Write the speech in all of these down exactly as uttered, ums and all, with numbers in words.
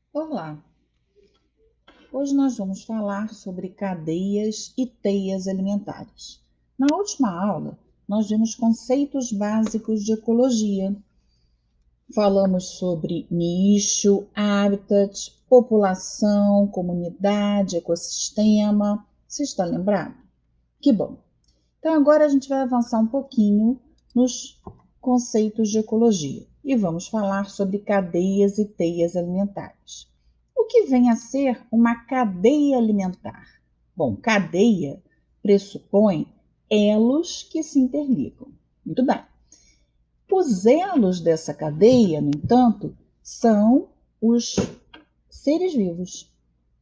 Olá, hoje nós vamos falar sobre cadeias e teias alimentares. Na última aula, nós vimos conceitos básicos de ecologia. Falamos sobre nicho, habitat, população, comunidade, ecossistema. Você está lembrado? Que bom! Então agora a gente vai avançar um pouquinho nos conceitos de ecologia e vamos falar sobre cadeias e teias alimentares. O que vem a ser uma cadeia alimentar? Bom, cadeia pressupõe elos que se interligam. Muito bem. Os elos dessa cadeia, no entanto, são os seres vivos.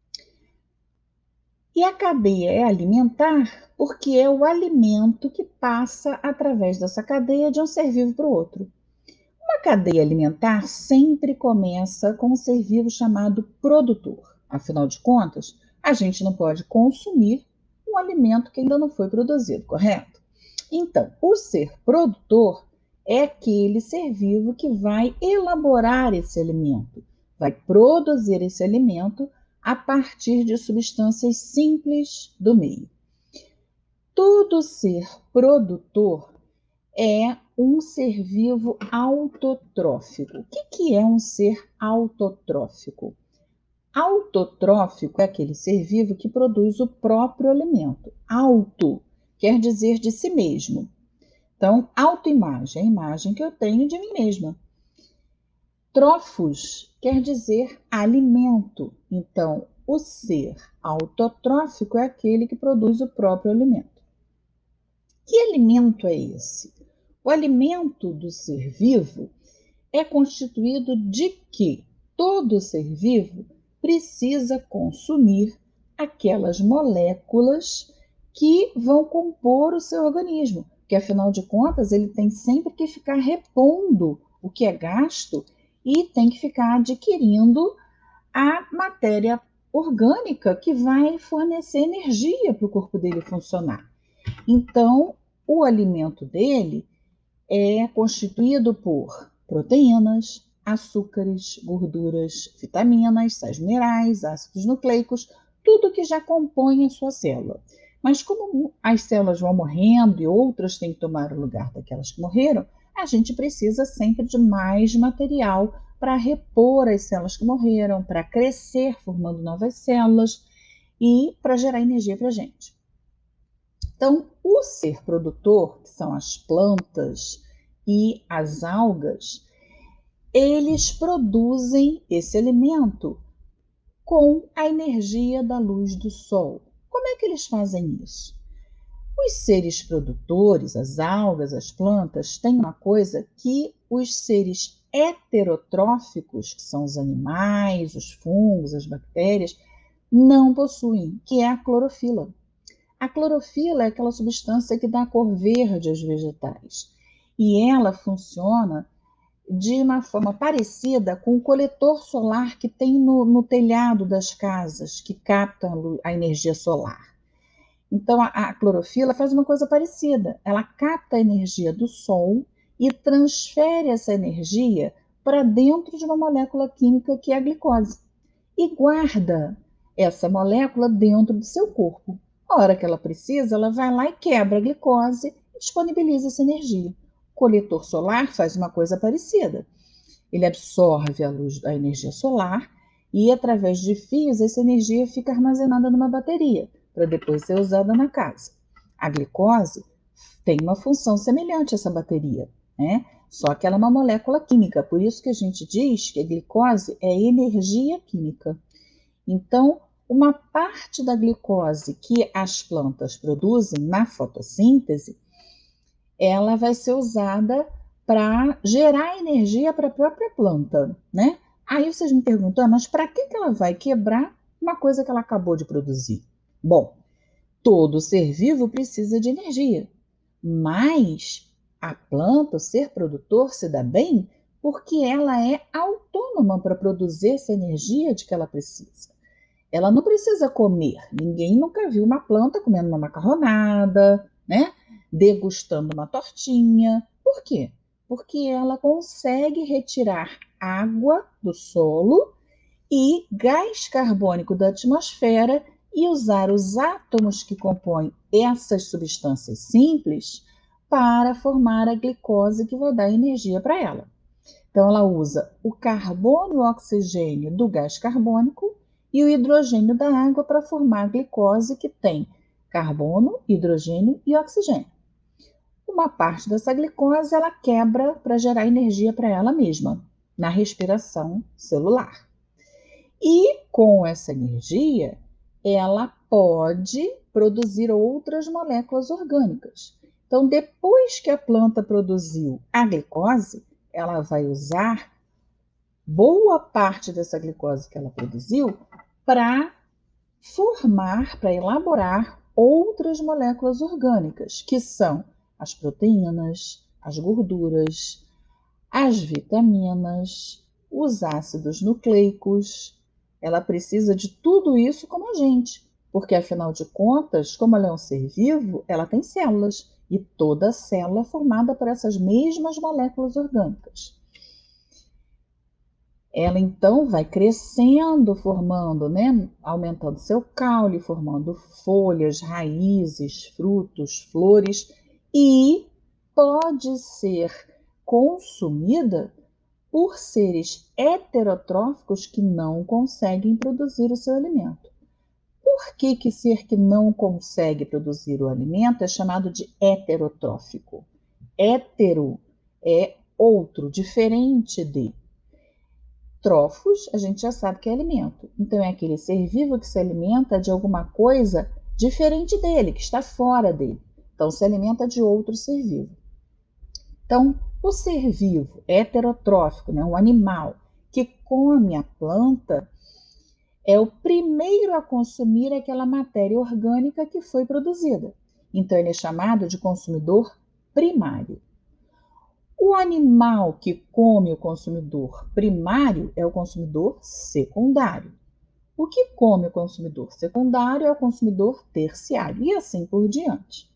E a cadeia é alimentar porque é o alimento que passa através dessa cadeia de um ser vivo para o outro. Uma cadeia alimentar sempre começa com um ser vivo chamado produtor. Afinal de contas, a gente não pode consumir um alimento que ainda não foi produzido, correto? Então, o ser produtor é aquele ser vivo que vai elaborar esse alimento, vai produzir esse alimento a partir de substâncias simples do meio. Todo ser produtor é um ser vivo autotrófico. O que, que é um ser autotrófico? Autotrófico é aquele ser vivo que produz o próprio alimento. Auto quer dizer de si mesmo. Então, autoimagem é a imagem que eu tenho de mim mesma. Trófos quer dizer alimento. Então, o ser autotrófico é aquele que produz o próprio alimento. Que alimento é esse? O alimento do ser vivo é constituído de que todo ser vivo precisa consumir aquelas moléculas que vão compor o seu organismo, que afinal de contas ele tem sempre que ficar repondo o que é gasto e tem que ficar adquirindo a matéria orgânica que vai fornecer energia para o corpo dele funcionar. Então, o alimento dele é constituído por proteínas, açúcares, gorduras, vitaminas, sais minerais, ácidos nucleicos, tudo que já compõe a sua célula. Mas como as células vão morrendo e outras têm que tomar o lugar daquelas que morreram, a gente precisa sempre de mais material para repor as células que morreram, para crescer, formando novas células e para gerar energia para a gente. Então, o ser produtor, que são as plantas e as algas, eles produzem esse alimento com a energia da luz do sol. Como é que eles fazem isso? Os seres produtores, as algas, as plantas, têm uma coisa que os seres heterotróficos, que são os animais, os fungos, as bactérias, não possuem, que é a clorofila. A clorofila é aquela substância que dá a cor verde aos vegetais. E ela funciona de uma forma parecida com o coletor solar que tem no, no telhado das casas, que capta a energia solar. Então, a, a clorofila faz uma coisa parecida. Ela capta a energia do sol e transfere essa energia para dentro de uma molécula química que é a glicose. E guarda essa molécula dentro do seu corpo. A hora que ela precisa, ela vai lá e quebra a glicose e disponibiliza essa energia. O coletor solar faz uma coisa parecida. Ele absorve a luz, a energia solar e, através de fios, essa energia fica armazenada numa bateria para depois ser usada na casa. A glicose tem uma função semelhante a essa bateria, né? Só que ela é uma molécula química, por isso que a gente diz que a glicose é energia química. Então, uma parte da glicose que as plantas produzem na fotossíntese, ela vai ser usada para gerar energia para a própria planta, né? Aí vocês me perguntam, ah, mas para que ela vai quebrar uma coisa que ela acabou de produzir? Bom, todo ser vivo precisa de energia, mas a planta, o ser produtor, se dá bem porque ela é autônoma para produzir essa energia de que ela precisa. Ela não precisa comer. Ninguém nunca viu uma planta comendo uma macarronada, né? Degustando uma tortinha. Por quê? Porque ela consegue retirar água do solo e gás carbônico da atmosfera e usar os átomos que compõem essas substâncias simples para formar a glicose que vai dar energia para ela. Então, ela usa o carbono e o oxigênio do gás carbônico e o hidrogênio da água para formar a glicose que tem carbono, hidrogênio e oxigênio. Uma parte dessa glicose ela quebra para gerar energia para ela mesma, na respiração celular. E com essa energia, ela pode produzir outras moléculas orgânicas. Então, depois que a planta produziu a glicose, ela vai usar boa parte dessa glicose que ela produziu para formar, para elaborar outras moléculas orgânicas, que são as proteínas, as gorduras, as vitaminas, os ácidos nucleicos. Ela precisa de tudo isso como a gente, porque afinal de contas, como ela é um ser vivo, ela tem células e toda célula é formada por essas mesmas moléculas orgânicas. Ela então vai crescendo, formando, né, aumentando seu caule, formando folhas, raízes, frutos, flores e pode ser consumida por seres heterotróficos que não conseguem produzir o seu alimento. Por que que ser que não consegue produzir o alimento é chamado de heterotrófico? Hétero é outro, diferente de. Trófos, a gente já sabe que é alimento. Então, é aquele ser vivo que se alimenta de alguma coisa diferente dele, que está fora dele. Então, se alimenta de outro ser vivo. Então, o ser vivo heterotrófico, né, um animal que come a planta, é o primeiro a consumir aquela matéria orgânica que foi produzida. Então, ele é chamado de consumidor primário. O animal que come o consumidor primário é o consumidor secundário. O que come o consumidor secundário é o consumidor terciário, e assim por diante.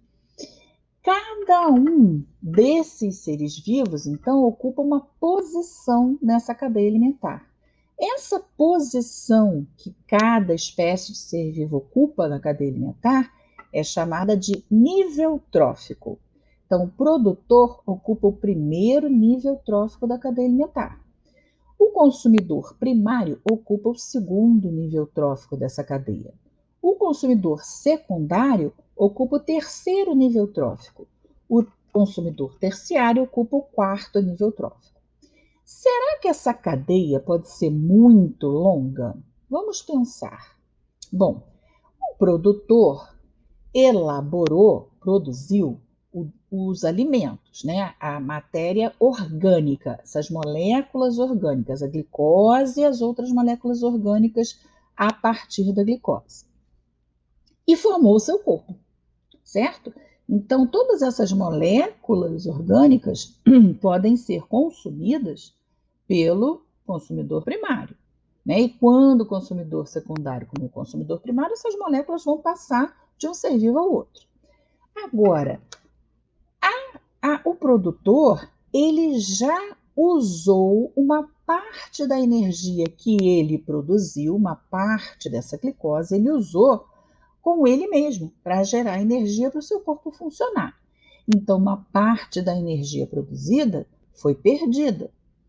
Cada um desses seres vivos, então, ocupa uma posição nessa cadeia alimentar. Essa posição que cada espécie de ser vivo ocupa na cadeia alimentar é chamada de nível trófico. Então, o produtor ocupa o primeiro nível trófico da cadeia alimentar. O consumidor primário ocupa o segundo nível trófico dessa cadeia. O consumidor secundário ocupa o terceiro nível trófico. O consumidor terciário ocupa o quarto nível trófico. Será que essa cadeia pode ser muito longa? Vamos pensar. Bom, o produtor elaborou, produziu o, os alimentos, né? A matéria orgânica, essas moléculas orgânicas, a glicose e as outras moléculas orgânicas a partir da glicose. E formou o seu corpo, certo? Então, todas essas moléculas orgânicas podem ser consumidas pelo consumidor primário. Né? E quando o consumidor secundário come o consumidor primário, essas moléculas vão passar de um ser vivo ao outro. Agora, a, a, o produtor, ele já usou uma parte da energia que ele produziu, uma parte dessa glicose, ele usou com ele mesmo, para gerar energia para o seu corpo funcionar. Então, uma parte da energia produzida foi perdida.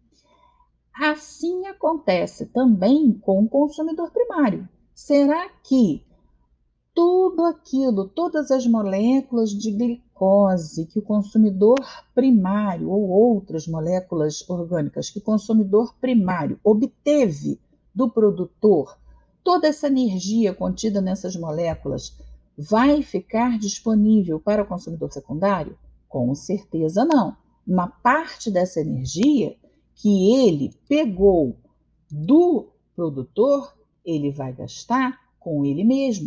Assim acontece também com o consumidor primário. Será que tudo aquilo, todas as moléculas de glicose que o consumidor primário ou outras moléculas orgânicas que o consumidor primário obteve do produtor, toda essa energia contida nessas moléculas vai ficar disponível para o consumidor secundário? Com certeza não. Uma parte dessa energia que ele pegou do produtor, ele vai gastar com ele mesmo.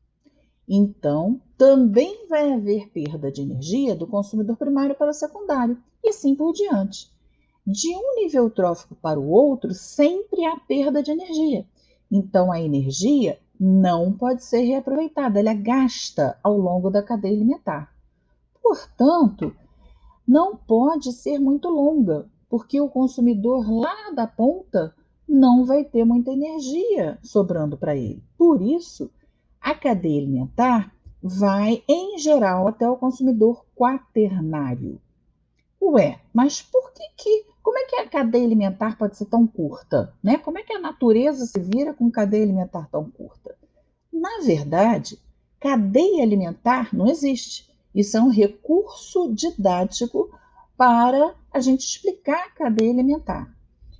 Então, também vai haver perda de energia do consumidor primário para o secundário, e assim por diante. De um nível trófico para o outro, sempre há perda de energia. Então, a energia não pode ser reaproveitada, ela é gasta ao longo da cadeia alimentar. Portanto, não pode ser muito longa, porque o consumidor lá da ponta não vai ter muita energia sobrando para ele. Por isso, a cadeia alimentar vai, em geral, até o consumidor quaternário. Ué, mas por que que, como é que a cadeia alimentar pode ser tão curta, né? Como é que a natureza se vira com cadeia alimentar tão curta? Na verdade, cadeia alimentar não existe. Isso é um recurso didático para a gente explicar a cadeia alimentar.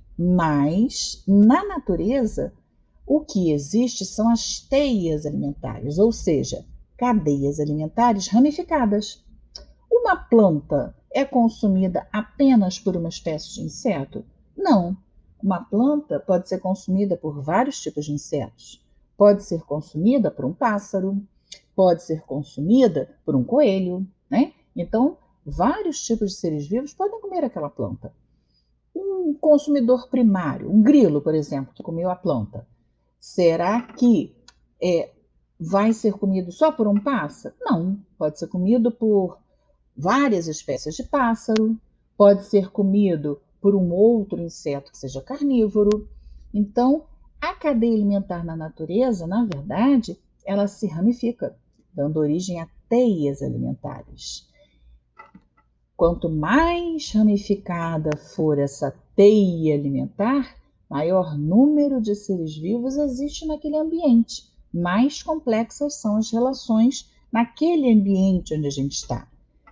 Mas, na natureza, o que existe são as teias alimentares, ou seja, cadeias alimentares ramificadas. Uma planta é consumida apenas por uma espécie de inseto? Não. Uma planta pode ser consumida por vários tipos de insetos. Pode ser consumida por um pássaro, pode ser consumida por um coelho, né? Então, vários tipos de seres vivos podem comer aquela planta. Um consumidor primário, um grilo, por exemplo, que comeu a planta, será que é, vai ser comido só por um pássaro? Não, pode ser comido por várias espécies de pássaro, pode ser comido por um outro inseto que seja carnívoro. Então, a cadeia alimentar na natureza, na verdade, ela se ramifica, dando origem a teias alimentares. Quanto mais ramificada for essa teia alimentar, maior número de seres vivos existe naquele ambiente, mais complexas são as relações naquele ambiente onde a gente está.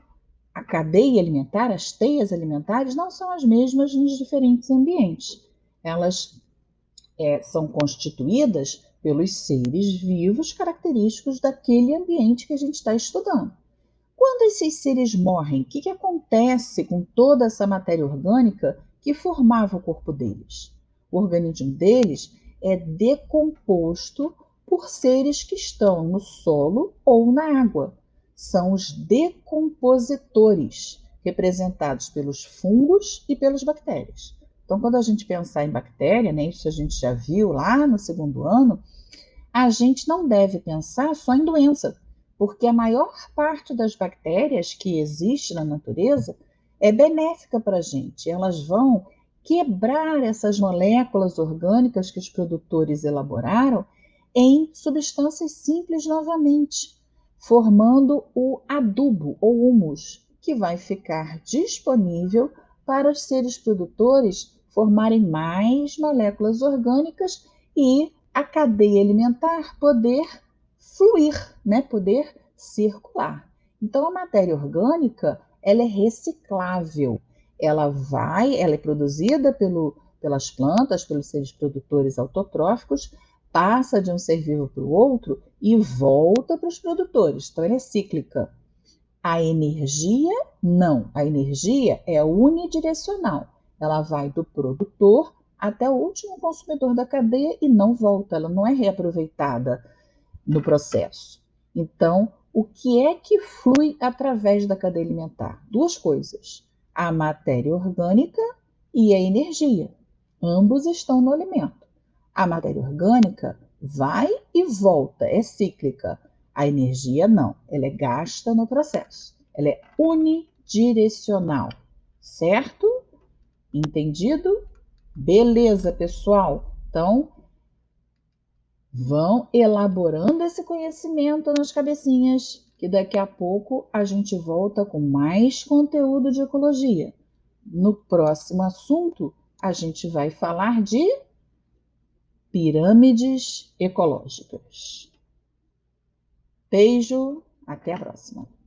A cadeia alimentar, as teias alimentares, não são as mesmas nos diferentes ambientes. Elas é, são constituídas pelos seres vivos característicos daquele ambiente que a gente está estudando. Quando esses seres morrem, o que, que acontece com toda essa matéria orgânica que formava o corpo deles? O organismo deles é decomposto por seres que estão no solo ou na água. São os decompositores, representados pelos fungos e pelas bactérias. Então, quando a gente pensar em bactéria, né, isso a gente já viu lá no segundo ano, a gente não deve pensar só em doença, porque a maior parte das bactérias que existe na natureza é benéfica para a gente. Elas vão quebrar essas moléculas orgânicas que os produtores elaboraram em substâncias simples novamente, formando o adubo ou humus, que vai ficar disponível para os seres produtores formarem mais moléculas orgânicas e a cadeia alimentar poder fluir, né? Poder circular. Então, a matéria orgânica, ela é reciclável. Ela vai, ela é produzida pelo, pelas plantas, pelos seres produtores autotróficos, passa de um ser vivo para o outro e volta para os produtores. Então, ela é cíclica. A energia, não. A energia é unidirecional. Ela vai do produtor até o último consumidor da cadeia e não volta, ela não é reaproveitada no processo. Então, o que é que flui através da cadeia alimentar? Duas coisas: a matéria orgânica e a energia. Ambos estão no alimento. A matéria orgânica vai e volta, é cíclica. A energia não, ela é gasta no processo. Ela é unidirecional, certo? Entendido? Beleza, pessoal? Então, vão elaborando esse conhecimento nas cabecinhas, que daqui a pouco a gente volta com mais conteúdo de ecologia. No próximo assunto, a gente vai falar de pirâmides ecológicas. Beijo, até a próxima.